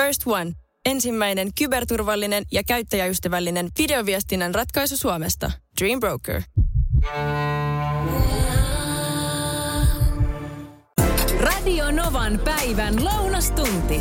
First One. Ensimmäinen kyberturvallinen ja käyttäjäystävällinen videoviestinnän ratkaisu Suomesta. Dream Broker. Radio Novan päivän lounastunti.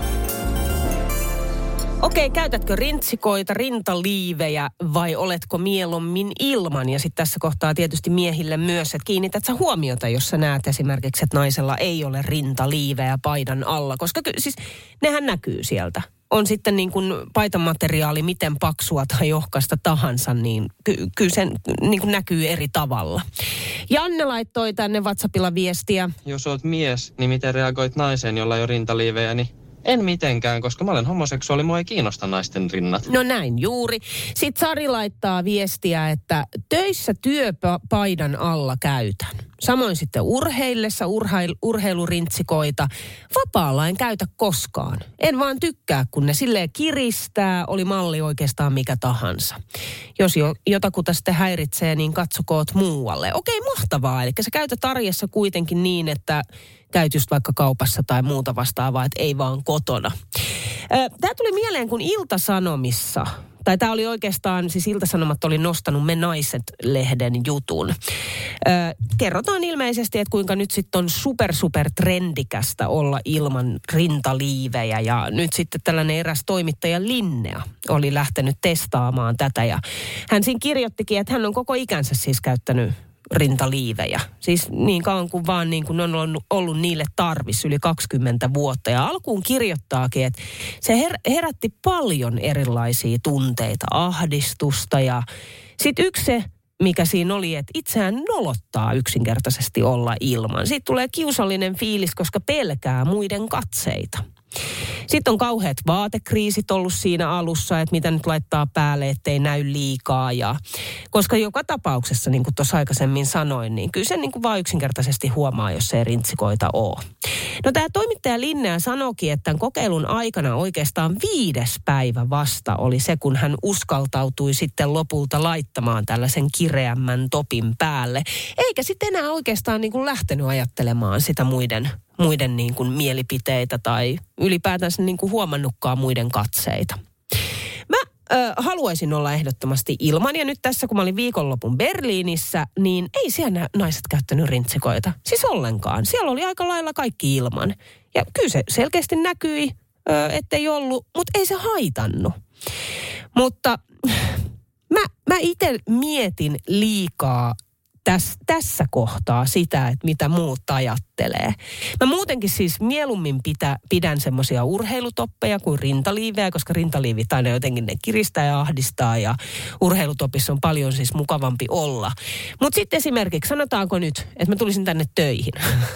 Okei, käytätkö rintsikoita, rintaliivejä vai oletko mieluummin ilman? Ja sitten tässä kohtaa tietysti miehille myös, että kiinnität sä huomiota, jos sä näet esimerkiksi, että naisella ei ole rintaliivejä paidan alla. Koska siis nehän näkyy sieltä. On sitten niin kuin paitamateriaali miten paksua tai ohkasta tahansa, niin kyllä se niin kuin näkyy eri tavalla. Janne laittoi tänne WhatsAppilla viestiä. Jos oot mies, niin miten reagoit naiseen, jolla ei ole rintaliivejä, niin en mitenkään, koska mä olen homoseksuaali, mua ei kiinnosta naisten rinnat. No näin juuri. Sitten Sari laittaa viestiä, että töissä työpaidan alla käytän. Samoin sitten urheillessa urheilurintsikoita. Vapaalla en käytä koskaan. En vaan tykkää, kun ne silleen kiristää, oli malli oikeastaan mikä tahansa. Jos jotakuta sitten häiritsee, niin katsokoot muualle. Okei, mahtavaa. Eli sä käytät arjessa kuitenkin niin, että käyt just vaikka kaupassa tai muuta vastaavaa, että ei vaan kotona. Tämä tuli mieleen, kun Ilta-Sanomissa, tai tämä oli oikeastaan, siis Ilta-Sanomat oli nostanut Me Naiset-lehden jutun. Kerrotaan ilmeisesti, että kuinka nyt sitten on super trendikästä olla ilman rintaliivejä. Ja nyt sitten tällainen eräs toimittaja Linnea oli lähtenyt testaamaan tätä. Ja hän siinä kirjoittikin, että hän on koko ikänsä siis käyttänyt rintaliivejä. Siis niin kauan kuin vaan niin kuin on ollut niille tarvis yli 20 vuotta. Ja alkuun kirjoittaakin, että se herätti paljon erilaisia tunteita, ahdistusta ja sitten yksi se, mikä siinä oli, että itseään nolottaa yksinkertaisesti olla ilman. Siitä tulee kiusallinen fiilis, koska pelkää muiden katseita. Sitten on kauheat vaatekriisit ollut siinä alussa, että mitä nyt laittaa päälle, ettei näy liikaa. Ja koska joka tapauksessa, niin kuin tuossa aikaisemmin sanoin, niin kyllä se niin kuin vaan yksinkertaisesti huomaa, jos ei rintsikoita ole. No tämä toimittaja Linnea sanoikin, että tämän kokeilun aikana oikeastaan 5. päivä vasta oli se, kun hän uskaltautui sitten lopulta laittamaan tällaisen kireämmän topin päälle. Eikä sitten enää oikeastaan niin kuin lähtenyt ajattelemaan sitä muiden niin kuin mielipiteitä tai ylipäätänsä niin kuin huomannutkaan muiden katseita. Mä haluaisin olla ehdottomasti ilman ja nyt tässä kun mä olin viikonlopun Berliinissä, niin ei siellä naiset käyttänyt rintsikoita. Siis ollenkaan. Siellä oli aika lailla kaikki ilman. Ja kyllä se selkeästi näkyi, ettei ollut, mutta ei se haitannut. Mutta mä itse mietin liikaa tässä kohtaa sitä, että mitä muut ajattelee. Mä muutenkin siis mieluummin pidän semmoisia urheilutoppeja kuin rintaliivejä, koska rintaliivit aina jotenkin ne kiristää ja ahdistaa ja urheilutopissa on paljon siis mukavampi olla. Mutta sitten esimerkiksi sanotaanko nyt, että mä tulisin tänne töihin.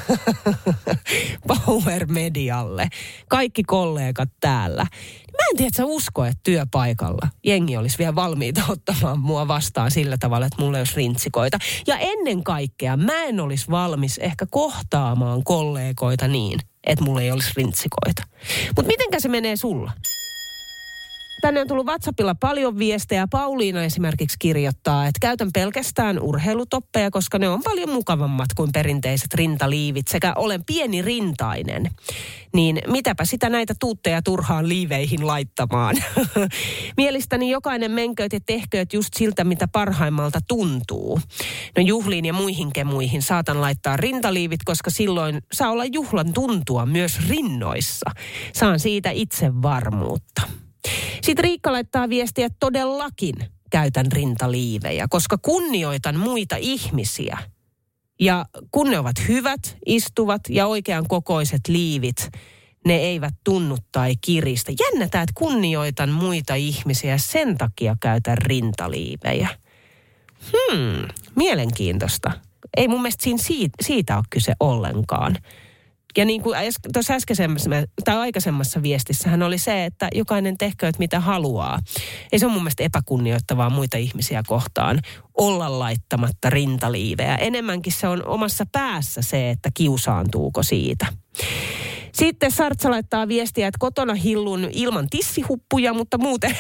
Power Medialle. Kaikki kollegat täällä. Mä en tiedä, että sä usko, että työpaikalla jengi olisi vielä valmiita ottamaan mua vastaan sillä tavalla, että mulla ei olisi rintsikoita. Ja ennen kaikkea mä en olisi valmis ehkä kohtaamaan kollegoita niin, että mulla ei olisi rintsikoita. Mutta mitenkä se menee sulla? Tänne on tullut WhatsAppilla paljon viestejä. Pauliina esimerkiksi kirjoittaa, että käytän pelkästään urheilutoppeja, koska ne on paljon mukavammat kuin perinteiset rintaliivit sekä olen pienirintainen. Niin mitäpä sitä näitä tuutteja turhaan liiveihin laittamaan. Mielestäni jokainen menkööt ja tehkööt just siltä, mitä parhaimmalta tuntuu. No juhliin ja muihin kemuihin saatan laittaa rintaliivit, koska silloin saa olla juhlan tuntua myös rinnoissa. Saan siitä itsevarmuutta. Sitten Riikka laittaa viestiä, että todellakin käytän rintaliivejä, koska kunnioitan muita ihmisiä. Ja kun ne ovat hyvät, istuvat ja oikean kokoiset liivit, ne eivät tunnu tai kiristä. Jännätä, että kunnioitan muita ihmisiä, sen takia käytän rintaliivejä. Mielenkiintoista. Ei mun mielestä siitä ole kyse ollenkaan. Ja niin kuin tuossa aikaisemmassa viestissähän oli se, että jokainen tehkööt mitä haluaa. Ei se ole mun mielestä epäkunnioittavaa muita ihmisiä kohtaan olla laittamatta rintaliivejä. Enemmänkin se on omassa päässä se, että kiusaantuuko siitä. Sitten Sartsa laittaa viestiä, että kotona hillun ilman tissihuppuja, mutta muuten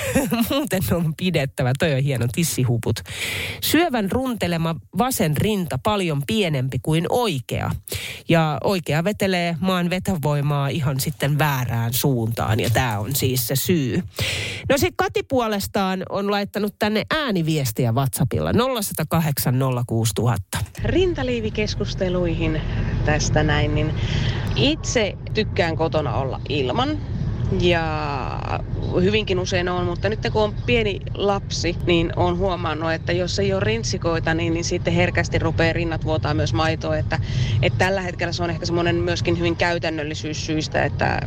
on pidettävä. Toi on hieno, tissihuput. Syövän runtelema vasen rinta paljon pienempi kuin oikea. Ja oikea vetelee maan vetovoimaa ihan sitten väärään suuntaan. Ja tämä on siis se syy. No sitten Kati puolestaan on laittanut tänne ääniviestiä WhatsAppilla 0108 06000. Rintaliivikeskusteluihin tästä näin, niin itse tykkään kotona olla ilman. Ja hyvinkin usein on, mutta nyt kun on pieni lapsi, niin olen huomannut, että jos ei ole rintsikoita, niin sitten herkästi rupeaa rinnat vuotaa myös maitoa. Että tällä hetkellä se on ehkä semmoinen myöskin hyvin käytännöllisyyssyistä,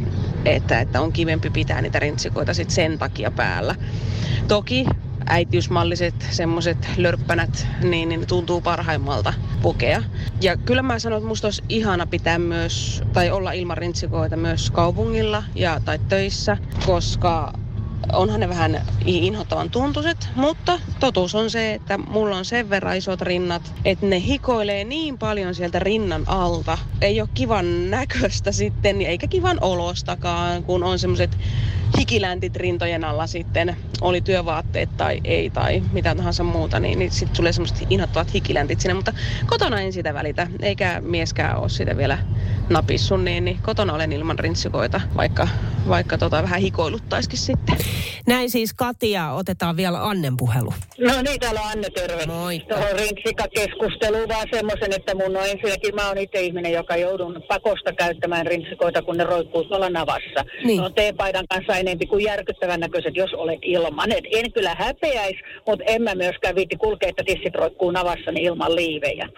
että on kivempi pitää niitä rintsikoita sitten sen takia päällä. Toki äitiysmalliset semmoiset lörppänät, niin tuntuu parhaimmalta pukea. Ja kyllä mä sanon, että musta olisi ihana pitää myös, tai olla ilman rintsikoita myös kaupungilla tai töissä, koska onhan ne vähän inhottavan tuntuiset, mutta totuus on se, että mulla on sen verran isot rinnat, että ne hikoilee niin paljon sieltä rinnan alta. Ei ole kivan näköistä sitten, eikä kivan olostakaan, kun on semmoiset hikiläntit rintojen alla sitten, oli työvaatteet tai ei tai mitä tahansa muuta, niin sitten tulee semmoiset inhottavat hikiläntit sinne, mutta kotona en sitä välitä, eikä mieskään ole sitä vielä napissun, niin kotona olen ilman rintsikoita, vaikka vähän hikoiluttaisikin sitten. Näin siis Katia, otetaan vielä Annen puhelu. No niin, täällä on Anne, terve. Moikka. Tuohon rintsikakeskusteluun vaan semmoisen, että mun on ensinnäkin, mä oon itse ihminen, joka joudun pakosta käyttämään rintsikoita, kun ne roikkuu tuolla navassa. Niin. No teepaidan kanssa enempi kuin järkyttävän näköiset, jos olet ilman. Et en kyllä häpeäisi, mutta en mä myöskään viitti kulkea, että tissit roikkuu navassani ilman liivejä.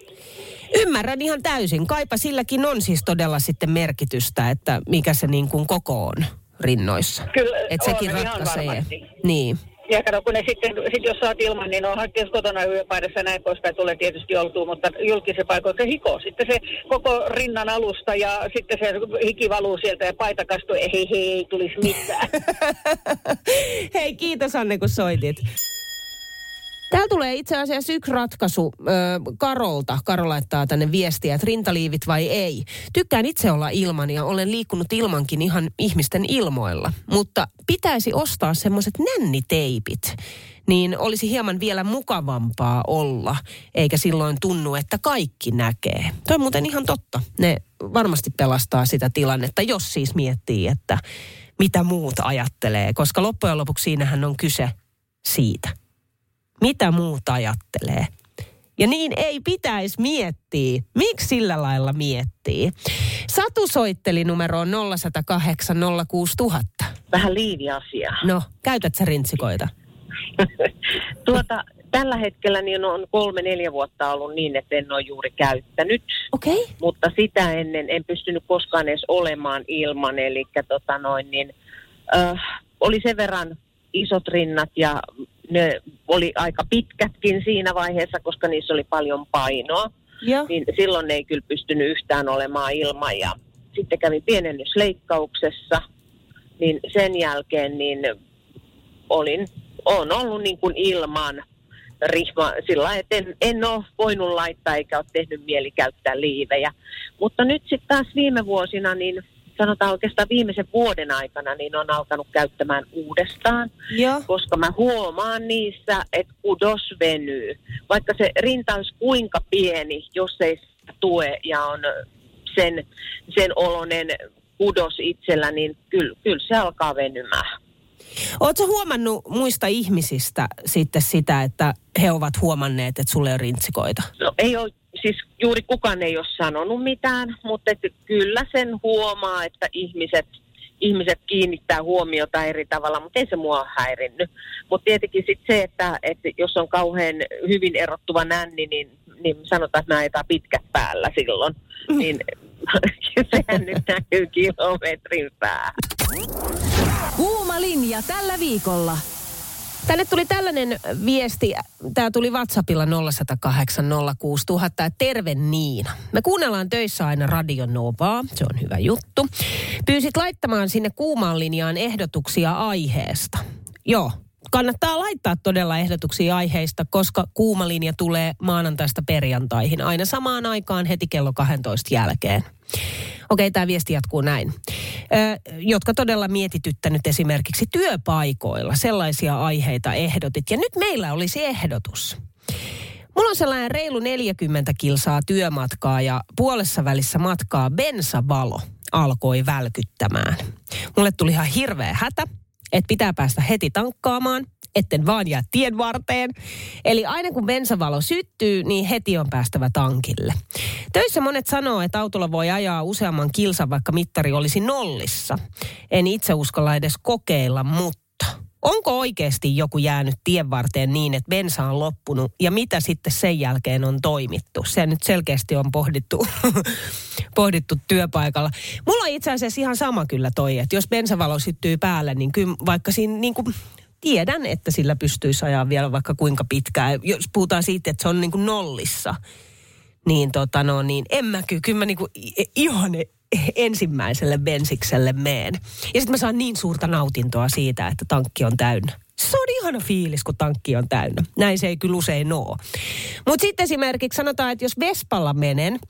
Ymmärrän ihan täysin. Kaipa silläkin on siis todella sitten merkitystä, että mikä se niin kuin koko on rinnoissa. Kyllä, että sekin ratkaisee. Niin. Ja kato, kun ne sitten jos saat ilman, niin on tietysti kotona yöpaidassa ja näin poispäin tulee tietysti oltua, mutta julkisen paikoissa hikoo. Sitten se koko rinnan alusta ja sitten se hiki valuu sieltä ja paita kastuu, ei tulisi mitään. Hei, kiitos Anne, kun soitit. Täällä tulee itse asiassa yksi ratkaisu Karolta. Karo laittaa tänne viestiä, että rintaliivit vai ei. Tykkään itse olla ilman ja olen liikkunut ilmankin ihan ihmisten ilmoilla. Mutta pitäisi ostaa semmoiset nänniteipit. Niin olisi hieman vielä mukavampaa olla, eikä silloin tunnu, että kaikki näkee. Toi on muuten ihan totta. Ne varmasti pelastaa sitä tilannetta, jos siis miettii, että mitä muut ajattelee. Koska loppujen lopuksi siinähän on kyse siitä. Mitä muut ajattelee. Ja niin ei pitäisi miettiä. Miksi sillä lailla miettii? Satu soitteli numeroon 0108 06000. Vähän liiviasiaa. No, käytät sä rintsikoita? Tällä hetkellä niin on 3-4 vuotta ollut niin, että en ole juuri käyttänyt. Okei. Mutta sitä ennen en pystynyt koskaan edes olemaan ilman. Eli oli sen verran isot rinnat ja ne oli aika pitkätkin siinä vaiheessa, koska niissä oli paljon painoa. Ja. Niin silloin ei kyllä pystynyt yhtään olemaan ilman. Ja sitten kävin pienennysleikkauksessa, niin sen jälkeen niin olen ollut niin kuin ilman rihma sillä lailla, että en ole voinut laittaa eikä ole tehnyt mieli käyttää liivejä. Mutta nyt sitten taas viime vuosina, niin sanotaan oikeastaan viimeisen vuoden aikana, niin on alkanut käyttämään uudestaan, koska mä huomaan niissä, että kudos venyy. Vaikka se rinta olisi kuinka pieni, jos ei sitä tue ja on sen oloinen kudos itsellä, niin kyllä se alkaa venymään. Ootko huomannut muista ihmisistä sitten sitä, että he ovat huomanneet, että sulle on rintsikoita? No ei ole, siis juuri kukaan ei ole sanonut mitään, mutta että kyllä sen huomaa, että ihmiset kiinnittää huomiota eri tavalla, mutta ei se mua ole häirinnyt. Mutta tietenkin sitten se, että jos on kauhean hyvin erottuva nänni, niin sanotaan, että mä ajetaan pitkät päällä silloin, niin sehän nyt näkyy kilometrin päähän. Kuuma linja tällä viikolla. Tänne tuli tällainen viesti, tämä tuli WhatsAppilla 0108 06000, terve Niina. Me kuunnellaan töissä aina Radio Novaa, se on hyvä juttu. Pyysit laittamaan sinne kuumaan linjaan ehdotuksia aiheesta. Joo, kannattaa laittaa todella ehdotuksia aiheista, koska kuuma linja tulee maanantaista perjantaihin aina samaan aikaan heti kello 12 jälkeen. Okei, tämä viesti jatkuu näin. Jotka todella mietityttänyt esimerkiksi työpaikoilla. Sellaisia aiheita ehdotit. Ja nyt meillä olisi ehdotus. Mulla on sellainen reilu 40 kilsaa työmatkaa ja puolessa välissä matkaa bensavalo alkoi välkyttämään. Mulle tuli ihan hirveä hätä, että pitää päästä heti tankkaamaan, etten vaan jää tien varteen. Eli aina kun bensavalo syttyy, niin heti on päästävä tankille. Töissä monet sanoo, että autolla voi ajaa useamman kilsan, vaikka mittari olisi nollissa. En itse uskalla edes kokeilla, mutta onko oikeasti joku jäänyt tien varteen niin, että bensa on loppunut ja mitä sitten sen jälkeen on toimittu? Se nyt selkeästi on pohdittu työpaikalla. Mulla on itse asiassa ihan sama kyllä toi, että jos bensavalo syttyy päälle, niin kyllä vaikka siinä niin kuin tiedän, että sillä pystyisi ajaa vielä vaikka kuinka pitkään. Jos puhutaan siitä, että se on niin kuin nollissa, niin en mä kyllä mä niin kuin ihan ensimmäiselle bensikselle meen. Ja sitten mä saan niin suurta nautintoa siitä, että tankki on täynnä. Se on ihana fiilis, kun tankki on täynnä. Näin se ei kyllä usein ole. Mutta sitten esimerkiksi sanotaan, että jos Vespalla menen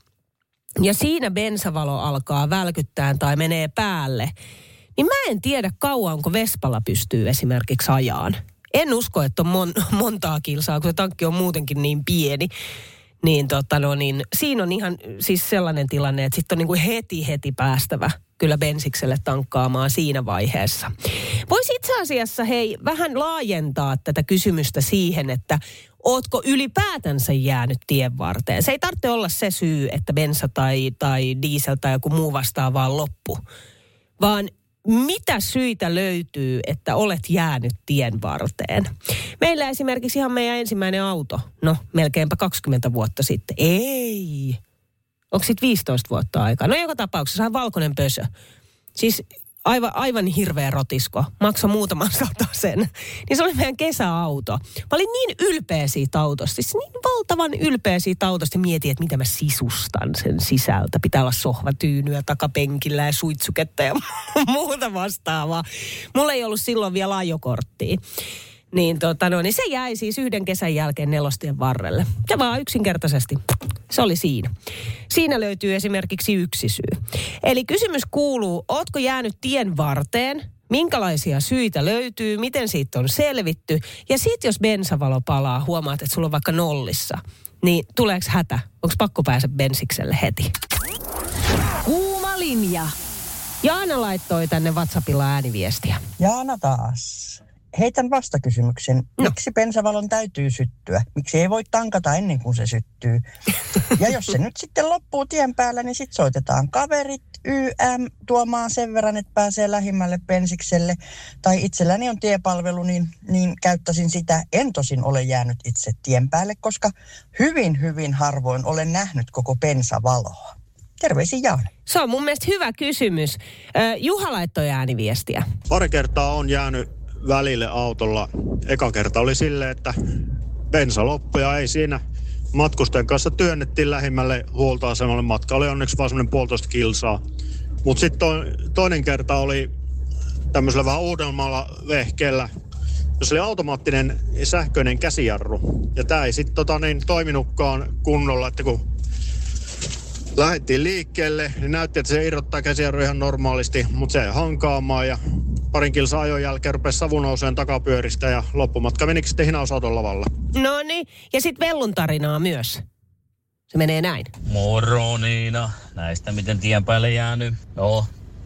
ja siinä bensavalo alkaa välkyttää tai menee päälle, niin mä en tiedä kauanko Vespalla pystyy esimerkiksi ajaan. En usko, että on montaa kilsaa, kun se tankki on muutenkin niin pieni. Niin, siinä on ihan siis sellainen tilanne, että sitten on niin kuin heti päästävä kyllä bensikselle tankkaamaan siinä vaiheessa. Voisi itse asiassa vähän laajentaa tätä kysymystä siihen, että ootko ylipäätänsä jäänyt tien varteen? Se ei tarvitse olla se syy, että bensa tai diesel tai joku muu vastaava loppu, vaan mitä syitä löytyy, että olet jäänyt tien varteen? Meillä esimerkiksi ihan meidän ensimmäinen auto, melkeinpä 20 vuotta sitten. Ei. Onko sitten 15 vuotta aikaa? No joka tapauksessa on valkoinen pösö. Siis aivan hirveä rotisko. Maksoi muutaman satasen. Niin se oli meidän kesäauto. Mä olin niin ylpeä siitä autosta. Siis niin valtavan ylpeä siitä autosta. Mietin, että mitä mä sisustan sen sisältä. Pitää olla sohvatyynyä takapenkillä ja suitsuketta ja muuta vastaavaa. Mulla ei ollut silloin vielä ajokorttia. Niin, se jäi siis yhden kesän jälkeen nelostien varrelle. Ja vaan yksinkertaisesti. Se oli siinä. Siinä löytyy esimerkiksi yksi syy. Eli kysymys kuuluu, ootko jäänyt tien varteen? Minkälaisia syitä löytyy? Miten siitä on selvitty? Ja sitten jos bensavalo palaa, huomaat, että sulla on vaikka nollissa. Niin tuleeko hätä? Onko pakko päästä bensikselle heti? Kuuma linja. Jaana laittoi tänne WhatsAppilla ääniviestiä. Jaana taas. Heitän vastakysymyksen. Miksi bensavalon täytyy syttyä? Miksi ei voi tankata ennen kuin se syttyy? Ja jos se nyt sitten loppuu tien päällä, niin sitten soitetaan kaverit tuomaan sen verran, että pääsee lähimmälle bensikselle. Tai itselläni on tiepalvelu, niin käyttäisin sitä. En tosin ole jäänyt itse tien päälle, koska hyvin harvoin olen nähnyt koko bensavaloa. Terveisin Jaana. Se on mun mielestä hyvä kysymys. Juha laittoi ääniviestiä. Pari kertaa on jäänyt välille autolla. Eka kerta oli silleen, että bensa loppui ja ei siinä. Matkustajan kanssa työnnettiin lähimmälle huoltoasemalle. Matka oli onneksi vaan semmoinen 1,5 kilsaa. Mutta sitten toinen kerta oli tämmöisellä vähän uudemmalla vehkeellä, jossa oli automaattinen sähköinen käsijarru. Ja tämä ei sitten toiminutkaan kunnolla, että kun lähdettiin liikkeelle, niin näytti, että se irrottaa käsijarru ihan normaalisti, mutta se ei hankaamaan ja parin kilsan ajon jälkeen rupesi savu nouseen takapyöristä ja loppumatka menikin sitten hinausauton lavalla. No niin, ja sitten Vellun tarinaa myös. Se menee näin. Moro Niina, näistä miten tien päälle jäänyt. No,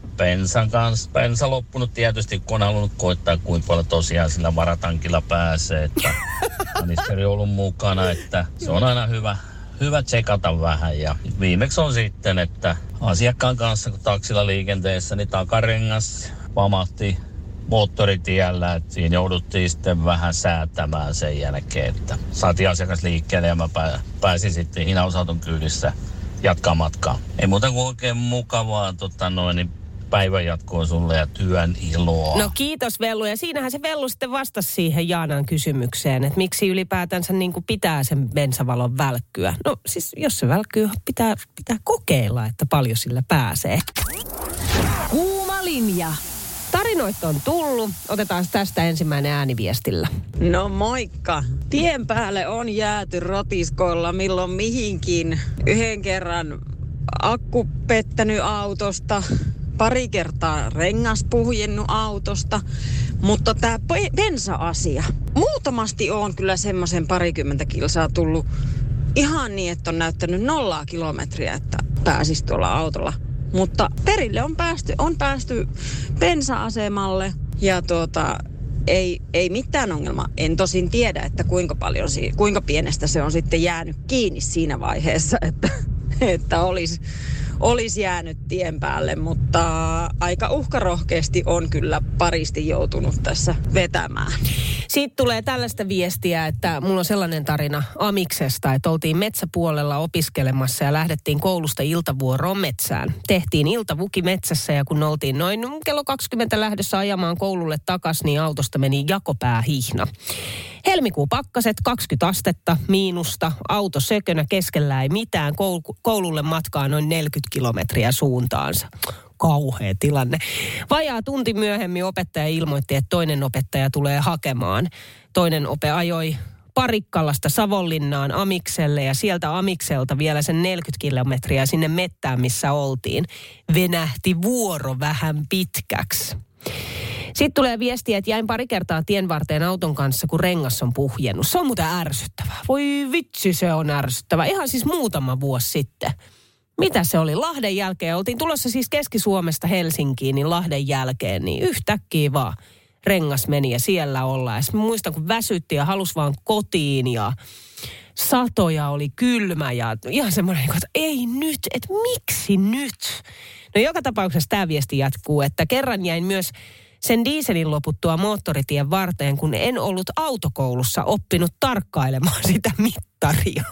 bensa loppunut tietysti, kun on halunnut koittaa kuinka paljon tosiaan sillä varatankilla pääsee. Että kanisteri on ollut mukana, että se on aina hyvä tsekata vähän. Ja viimeksi on sitten, että asiakkaan kanssa kun taksilla liikenteessä, niin takarengas pamahti moottoritiellä, että siinä jouduttiin sitten vähän säätämään sen jälkeen, että saatiin asiakas liikkeelle ja mä pääsin sitten hinausauton kyydissä jatkaa matkaa. Ei muuta kuin oikein mukavaa päivän jatkoa sulle ja työn iloa. No kiitos Vellu, ja siinähän se Vellu sitten vastasi siihen Jaanan kysymykseen, että miksi ylipäätänsä niin kuin pitää sen bensavalon välkkyä. No siis jos se välkkyy, pitää kokeilla, että paljon sillä pääsee. Kuuma linja. Tarinoita on tullut. Otetaan tästä ensimmäinen ääniviestillä. No moikka. Tien päälle on jääty rotiskoilla milloin mihinkin. Yhden kerran akku pettänyt autosta, pari kertaa rengas puhjennut autosta, mutta tämä bensa-asia. Muutamasti on kyllä semmoisen 20 kilsaa tullut ihan niin, että on näyttänyt 0 kilometriä, että pääsisi tuolla autolla. Mutta perille on päästy bensa-asemalle ja ei mitään ongelmaa. En tosin tiedä, että kuinka pienestä se on sitten jäänyt kiinni siinä vaiheessa, että olisi jäänyt tien päälle, mutta aika uhkarohkeasti on kyllä paristi joutunut tässä vetämään. Siitä tulee tällaista viestiä, että mulla on sellainen tarina Amiksesta, että oltiin metsäpuolella opiskelemassa ja lähdettiin koulusta iltavuoroon metsään. Tehtiin iltavuki metsässä ja kun oltiin noin kello 20 lähdössä ajamaan koululle takaisin, niin autosta meni jakopäähihna. Helmikuun pakkaset, 20 astetta, miinusta, auto sökönä, keskellä ei mitään, koululle matkaa noin 40 kilometriä suuntaansa. Kauhea tilanne. Vajaa tunti myöhemmin opettaja ilmoitti, että toinen opettaja tulee hakemaan. Toinen ope ajoi Parikkallasta Savonlinnaan Amikselle ja sieltä Amikselta vielä sen 40 kilometriä sinne mettään, missä oltiin. Venähti vuoro vähän pitkäksi. Sitten tulee viestiä, että jäin pari kertaa tien varteen auton kanssa, kun rengas on puhjennut. Se on muuten ärsyttävää. Voi vitsi, se on ärsyttävää. Ihan siis muutama vuosi sitten. Mitä se oli? Lahden jälkeen. Oltiin tulossa siis Keski-Suomesta Helsinkiin, niin Lahden jälkeen, niin yhtäkkiä vaan rengas meni ja siellä ollaan. Ja sitten muistan, kun väsytti ja halusi vaan kotiin ja satoja oli kylmä ja ihan semmoinen, että ei nyt, että miksi nyt? No joka tapauksessa tämä viesti jatkuu, että kerran jäin myös sen dieselin loputtua moottoritien varteen, kun en ollut autokoulussa oppinut tarkkailemaan sitä mittaria.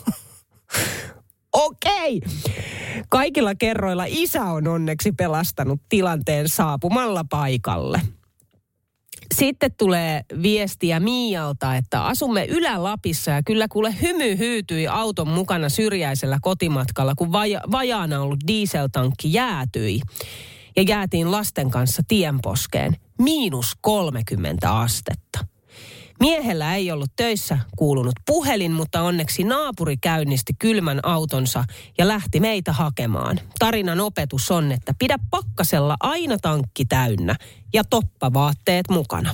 Okei. Kaikilla kerroilla isä on onneksi pelastanut tilanteen saapumalla paikalle. Sitten tulee viestiä Miialta, että asumme Ylä-Lapissa ja kyllä kuule hymy hyytyi auton mukana syrjäisellä kotimatkalla, kun vajaana ollut dieseltankki jäätyi. Ja jäätiin lasten kanssa tienposkeen. -30 astetta. Miehellä ei ollut töissä kuulunut puhelin, mutta onneksi naapuri käynnisti kylmän autonsa ja lähti meitä hakemaan. Tarinan opetus on, että pidä pakkasella aina tankki täynnä ja toppavaatteet mukana.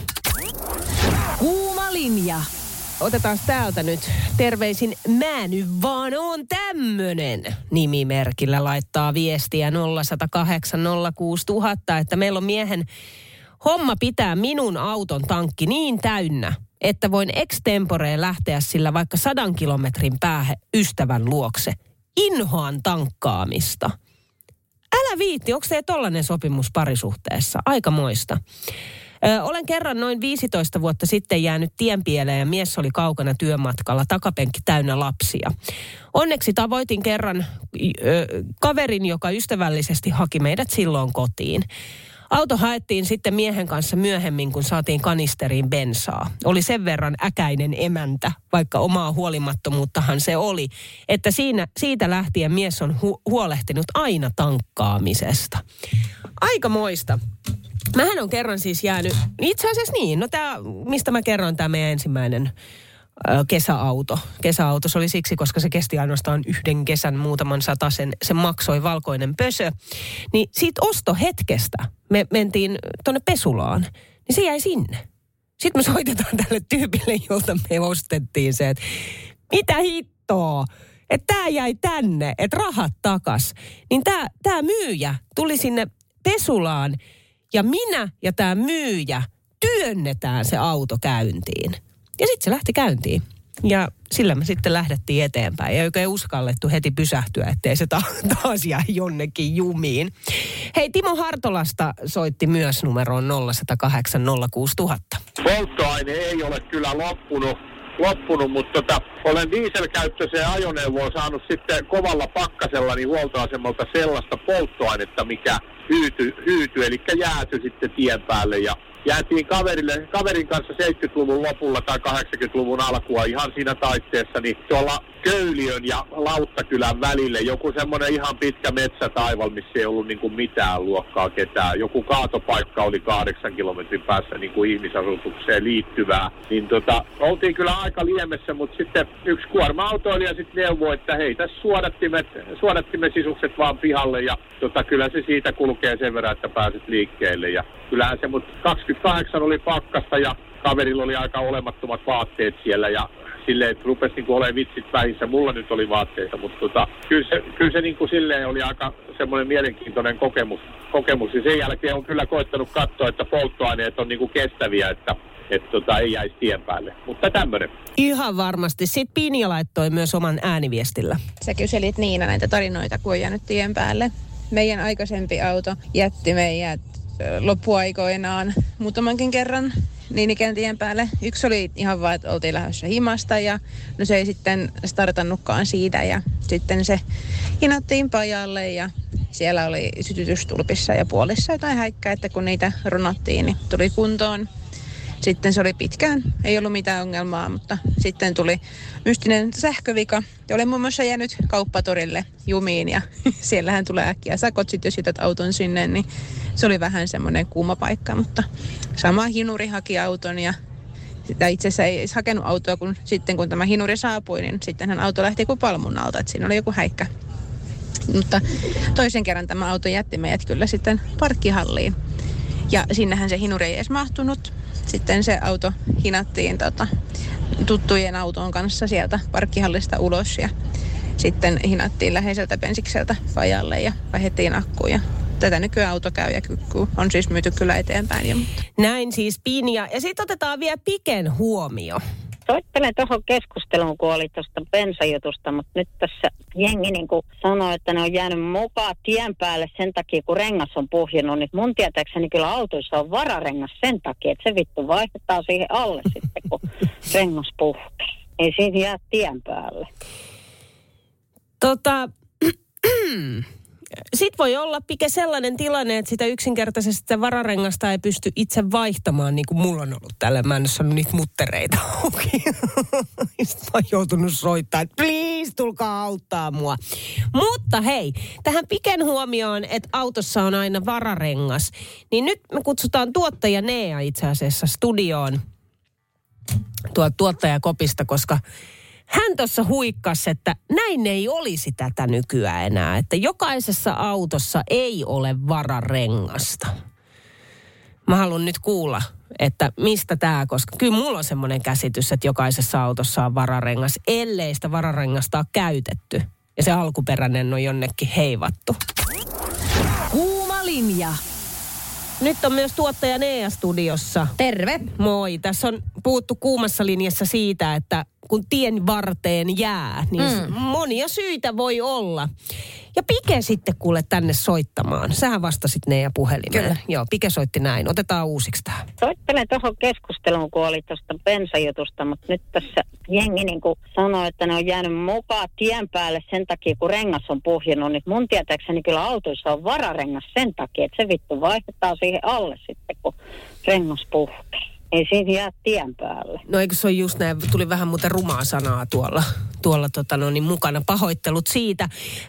Kuuma linja. Otetaan täältä nyt terveisin mä nyt vaan oon tämmönen nimimerkillä laittaa viestiä 0108 06000, että meillä on miehen homma pitää minun auton tankki niin täynnä, että voin extemporeen lähteä sillä vaikka 100 kilometrin päähän ystävän luokse. Inhoan tankkaamista. Älä viitti, onko teillä tollainen sopimus parisuhteessa? Aikamoista. Olen kerran noin 15 vuotta sitten jäänyt tienpieleen ja mies oli kaukana työmatkalla, takapenkki täynnä lapsia. Onneksi tavoitin kerran kaverin, joka ystävällisesti haki meidät silloin kotiin. Auto haettiin sitten miehen kanssa myöhemmin, kun saatiin kanisteriin bensaa. Oli sen verran äkäinen emäntä, vaikka omaa huolimattomuuttahan se oli, että siitä lähtien mies on huolehtinut aina tankkaamisesta. Aikamoista. Mähän on kerran siis jäänyt, itse asiassa niin, no tämä, mistä mä kerron, tämä meidän ensimmäinen kesäauto. Kesäauto se oli siksi, koska se kesti ainoastaan yhden kesän, muutaman satasen, se maksoi valkoinen pösö. Niin siitä ostohetkestä me mentiin tuonne Pesulaan, niin se jäi sinne. Sitten me soitetaan tälle tyypille, jolta me ostettiin se, että mitä hittoa, että tämä jäi tänne, että rahat takas. Niin tämä myyjä tuli sinne Pesulaan ja minä ja tämä myyjä työnnetään se auto käyntiin. Ja sitten se lähti käyntiin. Ja sillä me sitten lähdettiin eteenpäin. Ja oikein uskallettu heti pysähtyä, ettei se taas jää jonnekin jumiin. Hei, Timo Hartolasta soitti myös numeroon 0108 06000. Polttoaine ei ole kyllä loppunut, mutta olen dieselkäyttöiseen ajoneuvoon saanut sitten kovalla pakkasella niin huoltoasemalta sellaista polttoainetta, mikä hyytyi, eli jäätyi sitten tien päälle ja jäätiin kaverin kanssa 70-luvun lopulla tai 80-luvun alkua ihan siinä taitteessa, niin tuolla Köyliön ja Lauttakylän välille joku semmoinen ihan pitkä metsätaival, missä ei ollut niin kuin mitään luokkaa ketään. Joku kaatopaikka oli 8 kilometrin päässä niin kuin ihmisasutukseen liittyvää. Niin oltiin kyllä aika liemessä, mutta sitten yksi kuorma-autoilija sitten neuvoi, että hei, tässä suodattimen sisukset vaan pihalle ja kyllä se siitä kulkee sen verran, että pääset liikkeelle. Ja kyllähän se, mutta 28 oli pakkasta ja kaverilla oli aika olemattomat vaatteet siellä ja silleen, että rupesi niin olemaan vitsit vähissä. Mulla nyt oli vaatteita, mutta kyllä se niin kuin silleen oli aika semmoinen mielenkiintoinen kokemus. Ja sen jälkeen on kyllä koittanut katsoa, että polttoaineet on niin kuin kestäviä, että ei jäisi tien päälle. Mutta tämmöinen. Ihan varmasti. Sitten Pinja laittoi myös oman ääniviestillä. Sä kyselit Niina näitä tarinoita, kun on jäänyt tien päälle. Meidän aikaisempi auto jätti meidät loppuaikoinaan muutamankin kerran niin ikään tien päälle. Yksi oli ihan vaan, että oltiin lähdössä himasta ja no se ei sitten startannutkaan siitä ja sitten se hinattiin pajalle ja siellä oli sytytystulpissa ja puolissa jotain häikkää, että kun niitä runottiin, niin tuli kuntoon. Sitten se oli pitkään, ei ollut mitään ongelmaa, mutta sitten tuli mystinen sähkövika. Ja olen muun muassa jäänyt kauppatorille jumiin ja siellähän tulee äkkiä sakot sitten, jos jätät auton sinne, niin se oli vähän semmoinen kuuma paikka, mutta sama hinuri haki auton ja sitä itse asiassa ei edes hakenut autoa, kun sitten kun tämä hinuri saapui, niin sittenhän auto lähti kuin palmun alta, että siinä oli joku häikkä. Mutta toisen kerran tämä auto jätti meidät kyllä sitten parkkihalliin ja sinnehän se hinuri ei edes mahtunut. Sitten se auto hinattiin tuttujen auton kanssa sieltä parkkihallista ulos ja sitten hinattiin läheiseltä bensikseltä pajalle ja vaihdettiin akkuja. Tätä nykyään auto käy ja kykkuu. On siis myyty kyllä eteenpäin. Ja Näin siis Pinja. Ja sitten otetaan vielä Piken huomio. Soittelen tuohon keskusteluun, kun oli tuosta bensajutusta, mutta nyt tässä jengi niin kuin sanoi, että ne on jäänyt mukaan tien päälle sen takia, kun rengas on puhjennut. Niin mun tietääkseni kyllä autoissa on vararengas sen takia, että se vittu vaihdetaan siihen alle sitten, kun rengas puhkee. Ei siinä jää tien päälle. Sitten voi olla Pike sellainen tilanne, että sitä yksinkertaisesti sitä vararengasta ei pysty itse vaihtamaan, niin kuin mulla on ollut tällä. Mä en ole saanut niitä muttereita auki. Sitten mä oon joutunut soittamaan, että please, tulkaa auttaa mua. Mutta hei, tähän Piken huomioon, että autossa on aina vararengas, niin nyt me kutsutaan tuottaja Nea itse asiassa studioon tuolta tuottajakopista, koska hän tuossa huikkasi, että näin ei olisi tätä nykyään enää, että jokaisessa autossa ei ole vararengasta. Mä haluan nyt kuulla, että mistä tämä, koska kyllä mulla on semmoinen käsitys, että jokaisessa autossa on vararengas, ellei sitä vararengasta ole käytetty. Ja se alkuperäinen on jonnekin heivattu. Kuuma linja. Nyt on myös tuottaja Nea studiossa. Terve. Moi. Tässä on puhuttu kuumassa linjassa siitä, että kun tien varteen jää, niin monia syitä voi olla. Ja Pike sitten kuule tänne soittamaan. Sähän vastasit Nea puhelimelle. Kyllä. Joo, Pike soitti näin. Otetaan uusiksi tähän. Soittelen tuohon keskusteluun, kun oli tuosta bensajutusta, mutta nyt tässä jengi niin kuin sanoi, että ne on jäänyt mukaan tien päälle sen takia, kun rengas on puhjennut. Niin mun tietääkseni kyllä autoissa on vararengas sen takia, että se vittu vaihdetaan siihen alle sitten, kun rengas puhkee. Ei siinä jää tien päälle. No eikö se ole just näin, tuli vähän muuten rumaa sanaa tuolla mukana, pahoittelut siitä.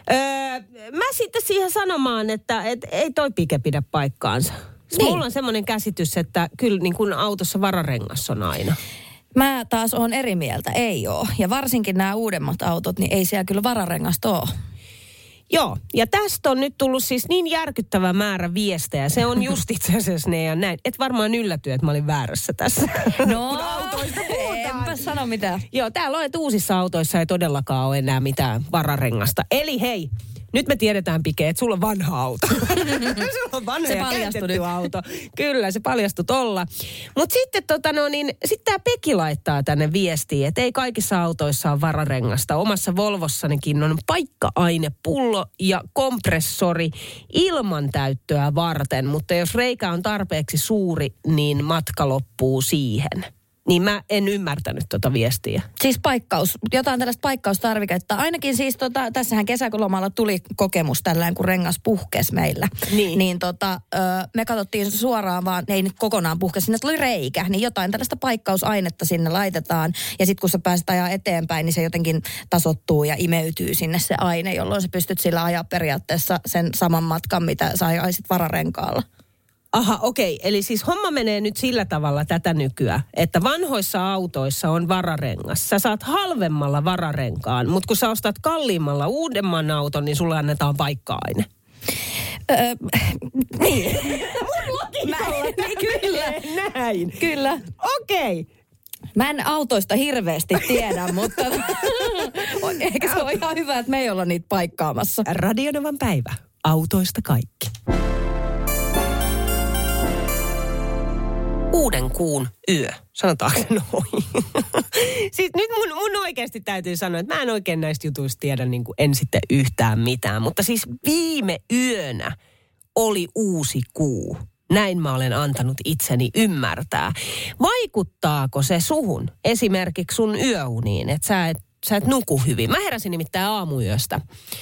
Mä sitten siihen sanomaan, että ei toi Pike pidä paikkaansa. Niin. Mulla on semmoinen käsitys, että kyllä niin kuin autossa vararengas on aina. Mä taas oon eri mieltä, ei oo. Ja varsinkin nämä uudemmat autot, niin ei siellä kyllä vararengasta oo. Joo, ja tästä on nyt tullut siis niin järkyttävä määrä viestejä. Se on just itse asiassa ne ja näin. Et varmaan ylläty, että mä olin väärässä tässä. No, enpä sano mitään. Joo, täällä on, että uusissa autoissa ei todellakaan ole enää mitään vararengasta. Eli hei, nyt me tiedetään Pike, että sulla on vanha auto. Sulla on vanha ja käytetty auto. Kyllä, se paljastui tolla. Mutta sitten sitten tämä Peki laittaa tänne viestiä, että ei kaikissa autoissa ole vararengasta. Omassa Volvossanikin on paikka-ainepullo ja kompressori ilman täyttöä varten. Mutta jos reikä on tarpeeksi suuri, niin matka loppuu siihen. Niin mä en ymmärtänyt tuota viestiä. Siis jotain tällaista paikkaustarviketta. Ainakin siis tässähän kesäkulomalla tuli kokemus tällään, kun rengas puhkesi meillä. Niin me katsottiin suoraan vaan, ei nyt kokonaan puhkesi, sinne tuli reikä. Niin jotain tällaista paikkausainetta sinne laitetaan. Ja sitten kun sä pääset ajaa eteenpäin, niin se jotenkin tasoittuu ja imeytyy sinne se aine, jolloin sä pystyt sillä ajaa periaatteessa sen saman matkan, mitä sä ajaisit vararenkaalla. Aha, okei. Eli siis homma menee nyt sillä tavalla tätä nykyään, että vanhoissa autoissa on vararengas. Sä saat halvemmalla vararenkaan, mutta kun sä ostat kalliimmalla uudemman auton, niin sulle annetaan paikka-aine. Niin. Mun logiikalla kyllä. Näin. Kyllä. Okei. Mä en autoista hirveästi tiedä, mutta ehkä se on ihan hyvä, että me ei olla niitä paikkaamassa. Radionovan päivä. Autoista kaikki. Uuden kuun yö. Sanotaanko noin? Siis nyt mun oikeasti täytyy sanoa, että mä en oikein näistä jutuista tiedä niin kuin en sitten yhtään mitään. Mutta siis viime yönä oli uusi kuu. Näin mä olen antanut itseni ymmärtää. Vaikuttaako se suhun, esimerkiksi sun yöuniin, että sä et nuku hyvin? Mä heräsin nimittäin aamuyöstä.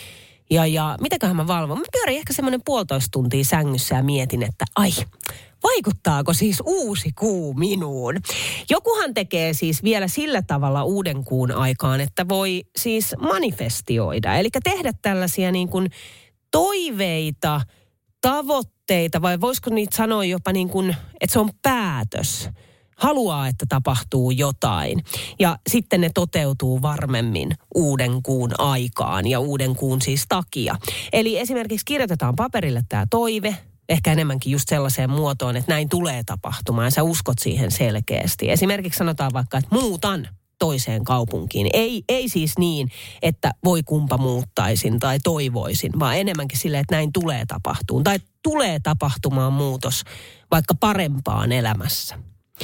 Ja mitäköhän mä valvon? Mä pyörin ehkä semmoinen 1,5 tuntia sängyssä ja mietin, että vaikuttaako siis uusi kuu minuun? Jokuhan tekee siis vielä sillä tavalla uuden kuun aikaan, että voi siis manifestioida. Eli tehdä tällaisia niin kuin toiveita, tavoitteita, vai voisiko niitä sanoa jopa niin kuin, että se on päätös. Haluaa, että tapahtuu jotain. Ja sitten ne toteutuu varmemmin uuden kuun aikaan ja uuden kuun siis takia. Eli esimerkiksi kirjoitetaan paperille tämä toive, ehkä enemmänkin just sellaiseen muotoon, että näin tulee tapahtumaan ja sä uskot siihen selkeästi. Esimerkiksi sanotaan vaikka, että muutan toiseen kaupunkiin. Ei siis niin, että voi kumpa muuttaisin tai toivoisin, vaan enemmänkin silleen, että näin tulee tapahtumaan. Tai tulee tapahtumaan muutos vaikka parempaan elämässä.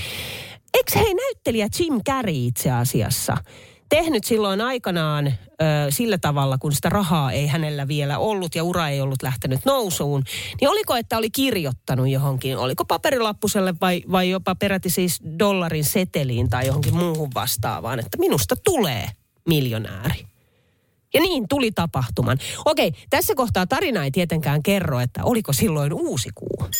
Eikö näyttelijä Jim Carrey itse asiassa tehnyt silloin aikanaan sillä tavalla, kun sitä rahaa ei hänellä vielä ollut ja ura ei ollut lähtenyt nousuun, niin oliko, että oli kirjoittanut johonkin, oliko paperilappuselle vai jopa peräti siis dollarin seteliin tai johonkin muuhun vastaavaan, että minusta tulee miljonääri. Ja niin tuli tapahtuman. Okei, tässä kohtaa tarina ei tietenkään kerro, että oliko silloin uusi kuu.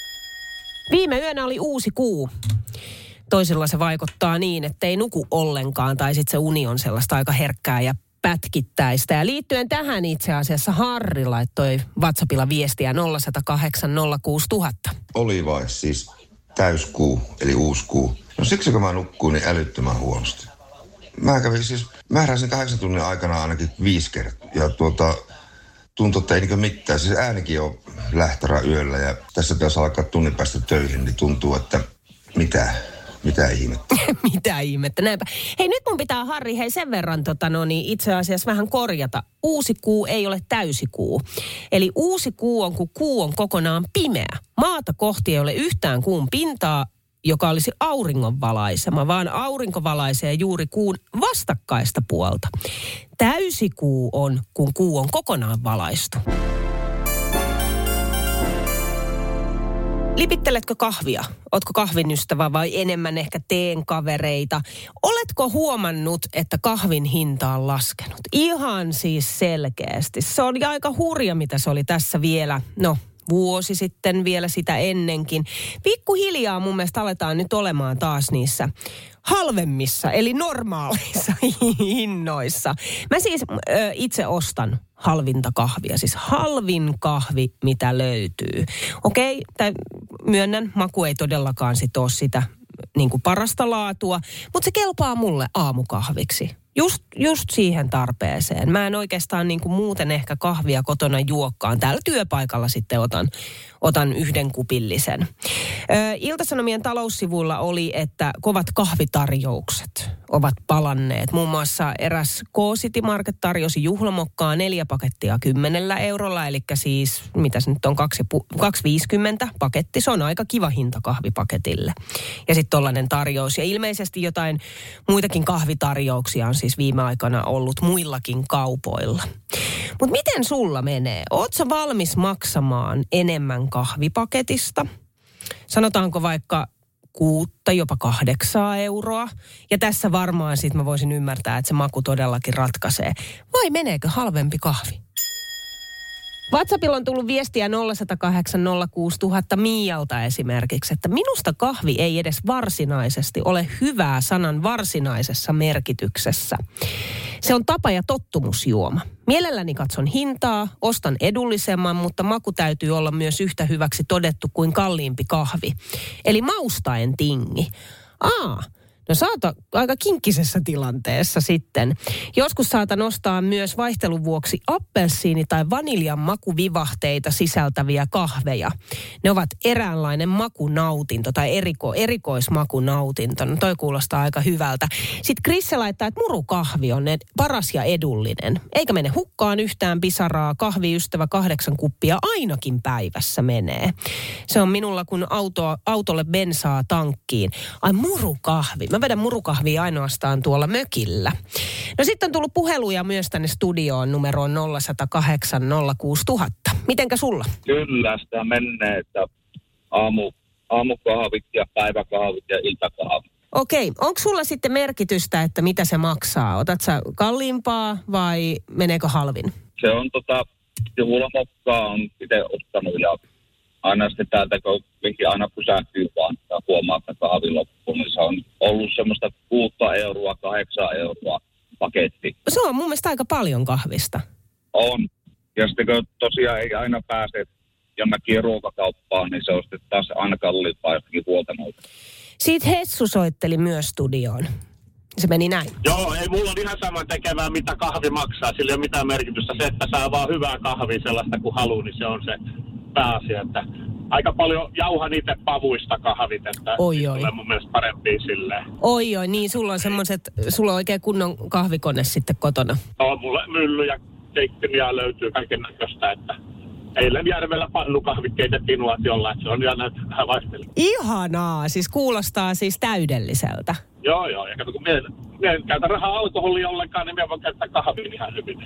Viime yönä oli uusi kuu. Toisilla se vaikuttaa niin, että ei nuku ollenkaan tai sitten se uni on sellaista aika herkkää ja pätkittäistä. Ja liittyen tähän itse asiassa Harri laittoi WhatsAppilla viestiä 0108 06000. Oli vai siis täyskuu, eli uusi kuu. No siksi kun mä nukkuin niin älyttömän huonosti. Mä heräsin 8 tunnin aikana ainakin 5 kertaa. Ja tuntui, että ei niinkö mitään. Siis äänikin on lähtörä yöllä ja tässä pitäisi alkaa tunnin päästä töihin, niin tuntuu, että mitä ihmettä. Mitä ihmettä, näinpä. Hei, nyt mun pitää, Harri, sen verran itse asiassa vähän korjata. Uusi kuu ei ole täysikuu. Eli uusi kuu on, kun kuu on kokonaan pimeä. Maata kohti ei ole yhtään kuun pintaa, joka olisi auringonvalaisema, vaan aurinko valaisee juuri kuun vastakkaista puolta. Täysikuu on, kun kuu on kokonaan valaistu. Lipitteletkö kahvia? Ootko kahvin ystävä vai enemmän ehkä teen kavereita? Oletko huomannut, että kahvin hinta on laskenut? Ihan siis selkeästi. Se oli aika hurja, mitä se oli tässä vielä, vuosi sitten, vielä sitä ennenkin. Pikkuhiljaa mun mielestä aletaan nyt olemaan taas niissä halvemmissa, eli normaaleissa hinnoissa. Mä siis itse ostan halvinta kahvia, siis halvin kahvi, mitä löytyy. Okei, myönnän, maku ei todellakaan sit ole sitä niin kuin parasta laatua, mutta se kelpaa mulle aamukahviksi. Just siihen tarpeeseen. Mä en oikeastaan niin kuin muuten ehkä kahvia kotona juokkaan. Täällä työpaikalla sitten otan yhden kupillisen. Ilta-Sanomien taloussivuilla oli, että kovat kahvitarjoukset ovat palanneet. Muun muassa eräs K-City Market tarjosi juhlamokkaa 4 pakettia 10 eurolla. Eli siis, mitä se nyt on, 2,50 paketti. Se on aika kiva hinta kahvipaketille. Ja sitten tollainen tarjous. Ja ilmeisesti jotain muitakin kahvitarjouksia on siis viime aikana ollut muillakin kaupoilla. Mutta miten sulla menee? Ootko sä valmis maksamaan enemmän kahvipaketista? Sanotaanko vaikka 6, jopa 8 euroa. Ja tässä varmaan sitten mä voisin ymmärtää, että se maku todellakin ratkaisee. Vai meneekö halvempi kahvi? WhatsAppilla on tullut viestiä 0108 06000 Miialta esimerkiksi, että minusta kahvi ei edes varsinaisesti ole hyvää sanan varsinaisessa merkityksessä. Se on tapa ja tottumusjuoma. Mielelläni katson hintaa, ostan edullisemman, mutta maku täytyy olla myös yhtä hyväksi todettu kuin kalliimpi kahvi. Eli mausta en tingi. No sä oot aika kinkkisessä tilanteessa sitten. Joskus saatan ostaa myös vaihtelun vuoksi appelsiini- tai vaniljan makuvivahteita sisältäviä kahveja. Ne ovat eräänlainen makunautinto tai erikoismakunautinto. No toi kuulostaa aika hyvältä. Sitten Krisse laittaa, että murukahvi on paras ja edullinen. Eikä mene hukkaan yhtään pisaraa. Kahviystävä 8 kuppia ainakin päivässä menee. Se on minulla, kun autolle bensaa tankkiin. Ai murukahvi. Mä vedän murukahvia ainoastaan tuolla mökillä. No sitten on tullut puheluja myös tänne studioon numeroon 0108 06000. Mitenkä sulla? Kyllä, sitä menee, että aamukahvit ja päiväkahvit ja iltakahvit. Okei, onko sulla sitten merkitystä, että mitä se maksaa? Otat sä kalliimpaa vai meneekö halvin? Se on juhlamokkaa on itse ottanut ja aina sitten täältä, kun aina pysähtyy vaan ja huomaa, että kahvi loppuu, niin se on ollut semmoista 6 euroa, 8 euroa paketti. Se on mun mielestä aika paljon kahvista. On. Ja sitten kun tosiaan ei aina pääse jonnekin ruokakauppaan, niin se on sitten taas aina kalliimpaa jostakin huoltamoilta. Siitä Hessu soitteli myös studioon. Se meni näin. Joo, ei mulla on ihan sama tekevää, mitä kahvi maksaa. Sillä ei ole mitään merkitystä. Se, että saa vaan hyvää kahvia sellaista kuin haluaa, niin se on se pääasia. Että aika paljon jauhan itse pavuista kahvit, että tulee mun mielestä parempia silleen. Niin sulla on oikein kunnon kahvikone sitten kotona. No, mulle mylly ja keittimiä löytyy kaiken näköistä, että eilen järvellä pannukahvit keitettiin nuotiolla, että se on ihan vähän vaihtelua. Ihanaa, siis kuulostaa siis täydelliseltä. Joo, ja kun minä en käytä rahaa alkoholia ollenkaan, niin minä voin käyttää kahvin ihan hyvin.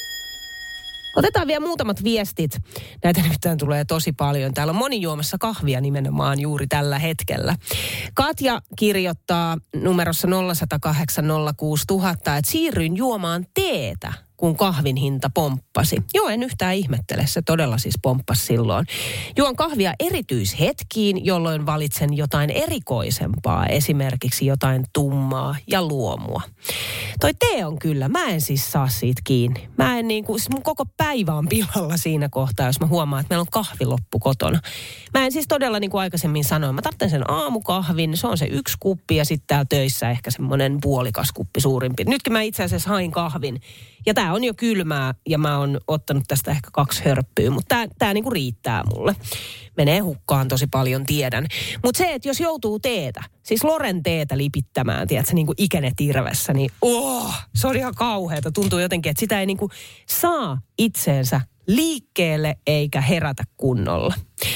Otetaan vielä muutamat viestit. Näitä nimittäin tulee tosi paljon. Täällä on moni juomassa kahvia nimenomaan juuri tällä hetkellä. Katja kirjoittaa numerossa 0108 06000, että siirryin juomaan teetä, kun kahvin hinta pomppasi. Joo, en yhtään ihmettele. Se todella siis pomppasi silloin. Juon kahvia erityishetkiin, jolloin valitsen jotain erikoisempaa. Esimerkiksi jotain tummaa ja luomua. Toi tee on kyllä. Mä en siis saa siitä kiinni. Siis mun koko päivä on pilalla siinä kohtaa, jos mä huomaan, että meillä on kahvi loppu kotona. Mä en siis todella niin kuin aikaisemmin sanoin. Mä tarvitsen sen aamukahvin. Se on se 1 kuppi ja sitten täällä töissä ehkä semmoinen puolikas kuppi suurimpi. Nytkin mä itse asiassa hain kahvin. Ja tää on jo kylmää ja mä oon ottanut tästä ehkä 2 hörppyä, mutta tää niinku riittää mulle. Menee hukkaan tosi paljon, tiedän. Mutta se, että jos joutuu teetä, siis Loren teetä lipittämään, tiedätkö, niinku ikänetirvessä, niin se on ihan kauheata. Tuntuu jotenkin, että sitä ei niinku saa itseensä liikkeelle eikä herätä kunnolla.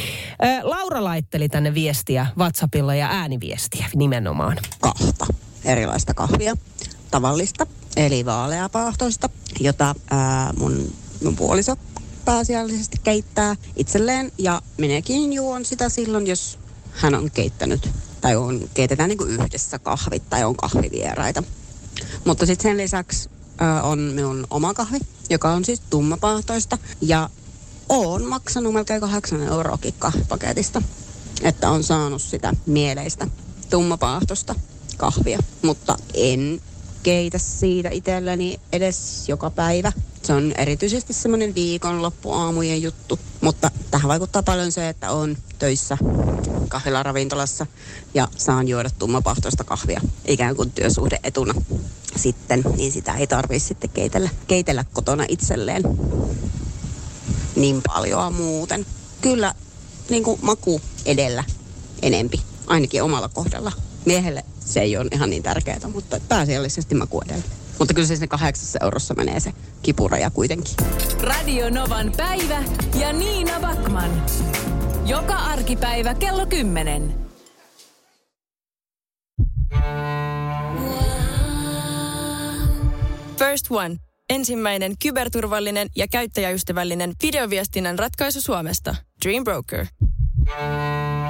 Laura laitteli tänne viestiä WhatsAppilla ja ääniviestiä nimenomaan. 2 erilaista kahvia. Tavallista, eli vaaleapaahtoista, jota mun puoliso pääasiallisesti keittää itselleen. Ja minäkin juon sitä silloin, jos hän on keittänyt, tai keitetään niin kuin yhdessä kahvit, tai on kahvivieraita. Mutta sitten sen lisäksi on minun oma kahvi, joka on siis tummapaahtoista. Ja oon maksanut melkein 8 euroakin kahvipaketista, että on saanut sitä mieleistä tummapaahtoista kahvia, mutta en keitä siitä itselleni edes joka päivä. Se on erityisesti semmoinen viikonloppuaamujen juttu, mutta tähän vaikuttaa paljon se, että on töissä kahvilaravintolassa ja saan juoda tummapahtoista kahvia ikään kuin työsuhde-etuna sitten, niin sitä ei tarvitse sitten keitellä kotona itselleen niin paljon muuten. Kyllä niin kuin maku edellä enempi, ainakin omalla kohdalla. Miehelle se ei ole ihan niin tärkeää, mutta pääasiallisesti maku edellä. Mutta kyllä se sinne 8 eurossa menee se kipuraja kuitenkin. Radio Novan päivä ja Niina Backman. Joka arkipäivä kello 10. First One. Ensimmäinen kyberturvallinen ja käyttäjäystävällinen videoviestinnän ratkaisu Suomesta. Dream Broker.